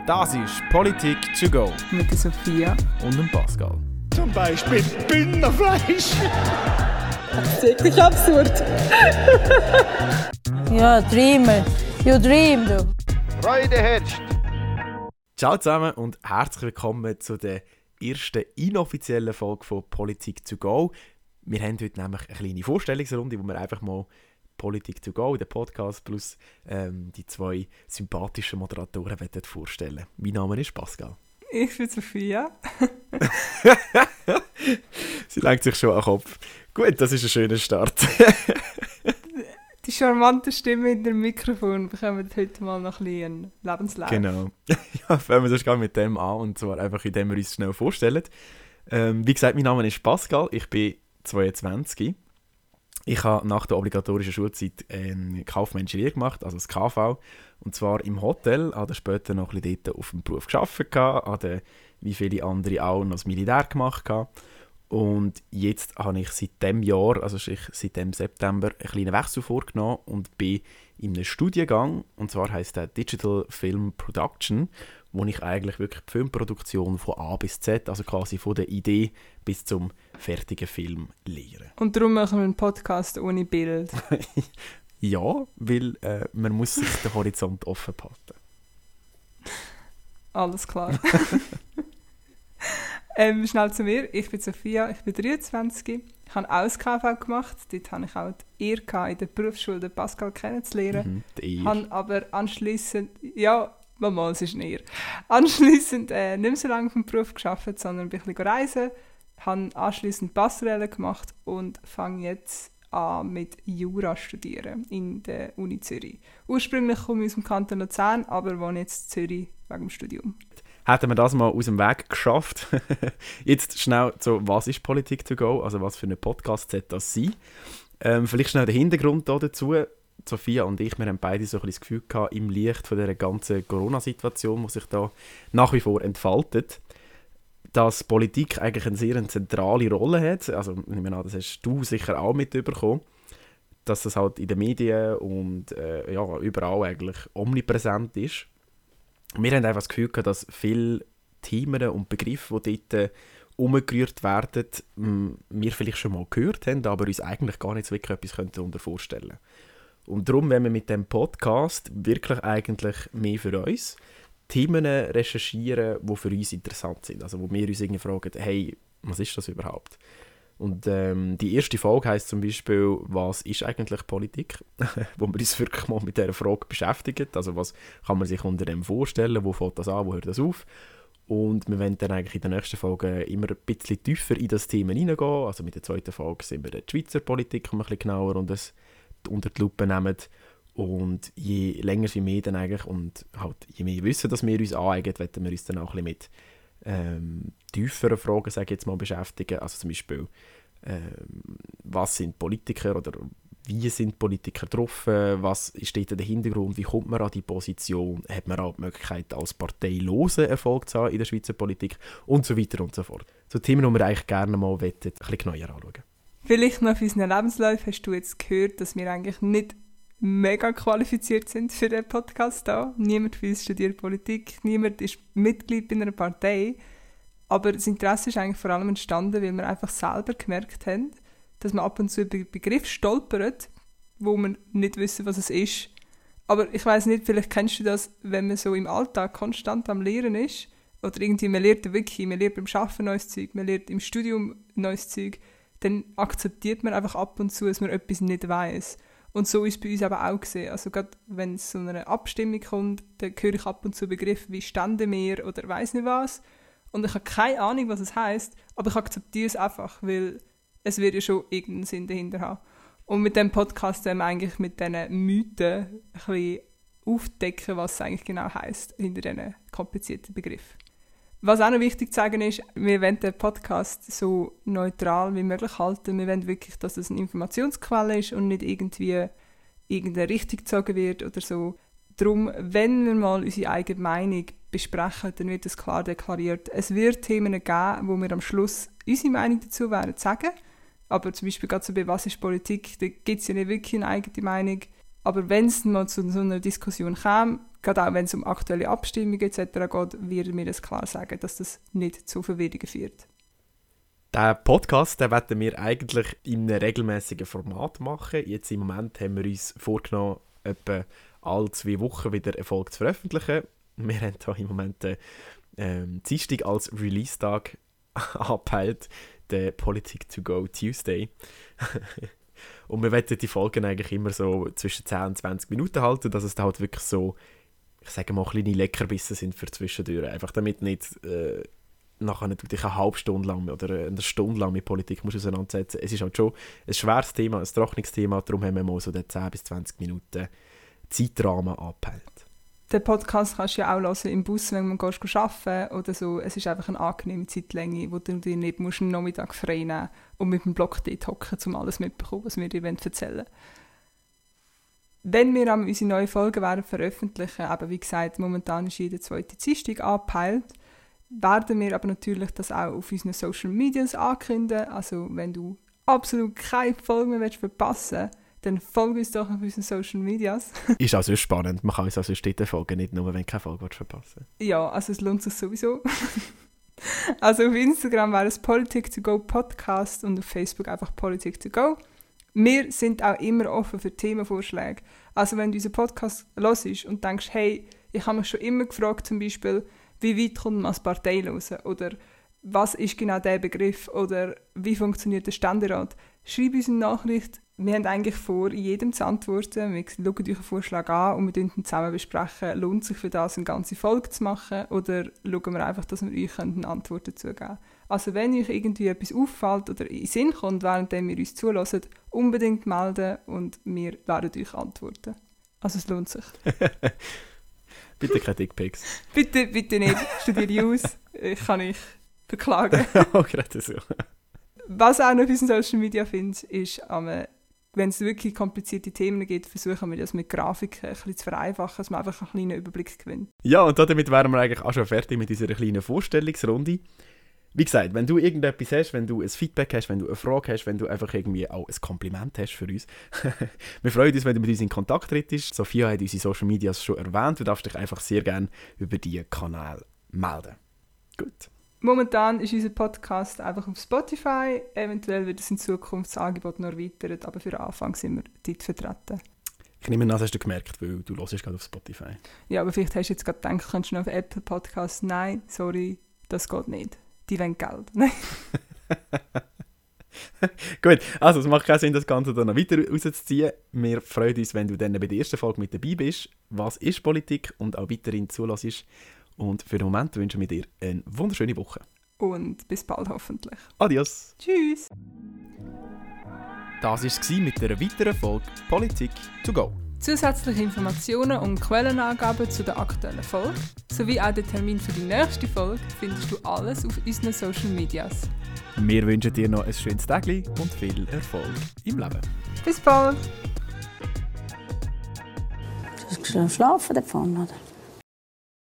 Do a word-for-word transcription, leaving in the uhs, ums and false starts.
Das ist Politik to go. Mit der Sophia. Und dem Pascal. Zum Beispiel Bündnerfleisch. Das ist wirklich absurd. Ja, Dreamer. You dream, du. Freude herrscht. Ciao zusammen und herzlich willkommen zu der ersten inoffiziellen Folge von Politik to go. Wir haben heute nämlich eine kleine Vorstellungsrunde, wo wir einfach mal Politik to go, den Podcast, plus ähm, die zwei sympathischen Moderatoren vorstellen. Mein Name ist Pascal. Ich bin Sophia. Sie lenkt sich schon an den Kopf. Gut, das ist ein schöner Start. Die charmante Stimme in dem Mikrofon bekommen heute mal noch ein bisschen Lebenslauf. Genau. Ja, fangen wir sonst mit dem an, und zwar einfach, indem wir uns schnell vorstellen. Ähm, wie gesagt, mein Name ist Pascal, ich bin zweiundzwanzig. Ich habe nach der obligatorischen Schulzeit eine kaufmännische Lehre gemacht, also das K V. Und zwar im Hotel, habe später noch ein bisschen dort auf dem Beruf gearbeitet, habe wie viele andere auch noch das Militär gemacht. Und jetzt habe ich seit diesem Jahr, also seit dem September, einen kleinen Wechsel vorgenommen und bin in einem Studiengang, und zwar heisst der Digital Film Production, wo ich eigentlich wirklich die Filmproduktion von A bis Z, also quasi von der Idee bis zum fertigen Film lehre. Und darum machen wir einen Podcast ohne Bild. Ja, weil äh, man muss sich den Horizont offen behalten. Alles klar. ähm, schnell zu mir. Ich bin Sophia, ich bin dreiundzwanzig. Ich habe auch das K V gemacht. Dort hatte ich auch die Ehre gehabt, in der Berufsschule den Pascal kennenzulernen. Mhm, die Ehre. Habe aber anschliessend, ja, Mama, es ist eine Ehre. Anschliessend äh, nicht mehr so lange vom Beruf gearbeitet, sondern bin ein bisschen reisen. Habe anschliessend Passerelle gemacht und fange jetzt an mit Jura studieren in der Uni Zürich. Ursprünglich komme ich aus dem Kanton Luzern, aber wohne jetzt in Zürich wegen dem Studium. Hätten wir das mal aus dem Weg geschafft. Jetzt schnell so, was ist Politik to go? Also was für ein Podcast sollte das sein? Ähm, vielleicht schnell der Hintergrund da dazu. Sophia und ich, wir haben beide so ein bisschen das Gefühl gehabt, im Licht von dieser ganzen Corona-Situation, die sich da nach wie vor entfaltet, dass Politik eigentlich eine sehr zentrale Rolle hat. Also ich meine, das hast du sicher auch mitbekommen, dass das halt in den Medien und äh, ja, überall eigentlich omnipräsent ist. Wir haben einfach das Gefühl gehabt, dass viele Themen und Begriffe, die dort umgerührt werden, wir vielleicht schon mal gehört haben, aber uns eigentlich gar nicht so wirklich etwas darunter vorstellen können. Und darum wollen wir mit diesem Podcast wirklich eigentlich mehr für uns Themen recherchieren, die für uns interessant sind. Also wo wir uns irgendwie fragen, hey, was ist das überhaupt? Und ähm, die erste Folge heisst zum Beispiel, was ist eigentlich Politik? Wo wir uns wirklich mal mit dieser Frage beschäftigen. Also was kann man sich unter dem vorstellen? Wo fängt das an? Wo hört das auf? Und wir wollen dann eigentlich in der nächsten Folge immer ein bisschen tiefer in das Thema hineingehen. Also mit der zweiten Folge sind wir in der Schweizer Politik ein bisschen genauer und das unter die Lupe nehmen. Und je länger wir mehr dann eigentlich und halt je mehr wissen, dass wir uns aneignen, wollen wir uns dann auch ein bisschen mit ähm, tieferen Fragen, sage ich jetzt mal, beschäftigen. Also zum Beispiel, ähm, was sind Politiker oder wie sind Politiker drauf? Was steht der Hintergrund? Wie kommt man an die Position? Hat man auch die Möglichkeit, als parteiloser Erfolg zu haben in der Schweizer Politik? Und so weiter und so fort. So Themen, die wir eigentlich gerne mal wollen, ein bisschen genauer anschauen. Vielleicht noch auf unseren Lebenslauf hast du jetzt gehört, dass wir eigentlich nicht mega qualifiziert sind für den Podcast hier. Niemand von uns studiert Politik, niemand ist Mitglied bei einer Partei. Aber das Interesse ist eigentlich vor allem entstanden, weil wir einfach selber gemerkt haben, dass man ab und zu über Begriffe stolpert, wo man nicht wissen, was es ist. Aber ich weiss nicht, vielleicht kennst du das, wenn man so im Alltag konstant am Lehren ist, oder irgendwie, man lernt wirklich, man lernt beim Arbeiten neues Zeug, man lernt im Studium neues Zeug, dann akzeptiert man einfach ab und zu, dass man etwas nicht weiss. Und so ist es bei uns aber auch gesehen. Also gerade wenn es zu einer Abstimmung kommt, dann höre ich ab und zu Begriffe wie Ständemehr oder weiss nicht was. Und ich habe keine Ahnung, was es heisst, aber ich akzeptiere es einfach, weil es wird ja schon irgendeinen Sinn dahinter haben. Und mit dem Podcast haben wir eigentlich mit diesen Mythen ein bisschen aufdecken, was es eigentlich genau heisst, hinter diesen komplizierten Begriffen. Was auch noch wichtig zu sagen ist, wir wollen den Podcast so neutral wie möglich halten. Wir wollen wirklich, dass es eine Informationsquelle ist und nicht irgendwie irgendeine Richtung gezogen wird oder so. Darum, wenn wir mal unsere eigene Meinung besprechen, dann wird das klar deklariert. Es wird Themen geben, wo wir am Schluss unsere Meinung dazu werden sagen. Aber zum Beispiel gerade so bei «Was ist Politik?», da gibt es ja nicht wirklich eine eigene Meinung. Aber wenn es mal zu so einer Diskussion kam, Gerade auch wenn es um aktuelle Abstimmungen et cetera geht, werden wir das klar sagen, dass das nicht zu Verwirrungen führt. Den Podcast den werden wir eigentlich in einem regelmäßigen Format machen. Jetzt im Moment haben wir uns vorgenommen, etwa alle zwei Wochen wieder eine Folge zu veröffentlichen. Wir haben hier im Moment den ähm, Dienstag als Release-Tag angepeilt, den Politik to go Tuesday. Und wir wollen die Folgen eigentlich immer so zwischen zehn und zwanzig Minuten halten, dass es da halt wirklich so, ich sage mal, kleine Leckerbissen sind für zwischendurch. Einfach damit nicht äh, nachher nicht dich eine halbe Stunde lang oder eine Stunde lang mit Politik musst auseinandersetzen. Es ist halt schon ein schweres Thema, ein trockenes Thema, darum haben wir mal so den zehn bis zwanzig Minuten Zeitrahmen angepeilt. Den Podcast kannst du ja auch hören im Bus, wenn man arbeiten oder so. Es ist einfach eine angenehme Zeitlänge, wo du dir nicht musst einen Nachmittag frei nehmen musst und mit dem Block dort hocken, um alles mitzubekommen, was wir dir erzählen wollen. Wenn wir am unsere neue Folge werden veröffentlichen, aber wie gesagt, momentan ist jeder zweite Dienstag angepeilt, werden wir aber natürlich das auch auf unseren Social Medias ankündigen. Also wenn du absolut keine Folge mehr verpassen willst, dann folge uns doch auf unseren Social Medias. Ist auch so spannend. Man kann uns also dort folgen, nicht nur, wenn du keine Folge verpassen willst. Ja, also es lohnt sich sowieso. Also auf Instagram wäre es Politik to go Podcast und auf Facebook einfach Politik to go. Wir sind auch immer offen für Themenvorschläge. Also wenn du unseren Podcast hörst und denkst, hey, ich habe mich schon immer gefragt, zum Beispiel, wie weit kommt man als Partei raus? Oder was ist genau der Begriff? Oder wie funktioniert der Ständerat? Schreib uns eine Nachricht. Wir haben eigentlich vor, jedem zu antworten. Wir schauen euch einen Vorschlag an und wir besprechen ihn zusammen. Besprechen. Lohnt sich für das, eine ganze Folge zu machen? Oder schauen wir einfach, dass wir euch eine Antwort dazu geben können? Also wenn euch irgendwie etwas auffällt oder in den Sinn kommt, während wir uns zulassen, unbedingt melden und wir werden euch antworten. Also es lohnt sich. Bitte keine Dickpics. Bitte, bitte nicht. Studiere aus. Ich kann nicht verklagen. Oh, gerade so. Was auch noch auf unseren Social Media findest, ist, wenn es wirklich komplizierte Themen gibt, versuchen wir das mit Grafiken ein bisschen zu vereinfachen, dass man einfach einen kleinen Überblick gewinnt. Ja, und damit wären wir eigentlich auch schon fertig mit unserer kleinen Vorstellungsrunde. Wie gesagt, wenn du irgendetwas hast, wenn du ein Feedback hast, wenn du eine Frage hast, wenn du einfach irgendwie auch ein Kompliment hast für uns. Wir freuen uns, wenn du mit uns in Kontakt trittst. Sophia hat unsere Social Medias schon erwähnt. Du darfst dich einfach sehr gerne über diese Kanäle melden. Gut. Momentan ist unser Podcast einfach auf Spotify. Eventuell wird es in Zukunft das Angebot noch erweitert, aber für den Anfang sind wir dort vertreten. Ich nehme an, das hast du gemerkt, weil du hörst gerade auf Spotify. Ja, aber vielleicht hast du jetzt gerade gedacht, kannst du noch auf Apple Podcasts? Nein, sorry, das geht nicht. Die wollen Geld. Nein. Gut, also es macht keinen Sinn, das Ganze dann noch weiter rauszuziehen. Wir freuen uns, wenn du dann bei der ersten Folge mit dabei bist. Was ist Politik? Und auch weiterhin zulässt. Und für den Moment wünschen wir dir eine wunderschöne Woche. Und bis bald hoffentlich. Adios. Tschüss. Das war es mit einer weiteren Folge Politik to go. Zusätzliche Informationen und Quellenangaben zu der aktuellen Folge sowie auch den Termin für die nächste Folge findest du alles auf unseren Social Medias. Wir wünschen dir noch ein schönes Tag und viel Erfolg im Leben. Bis bald! Du hast schlafen davon, oder?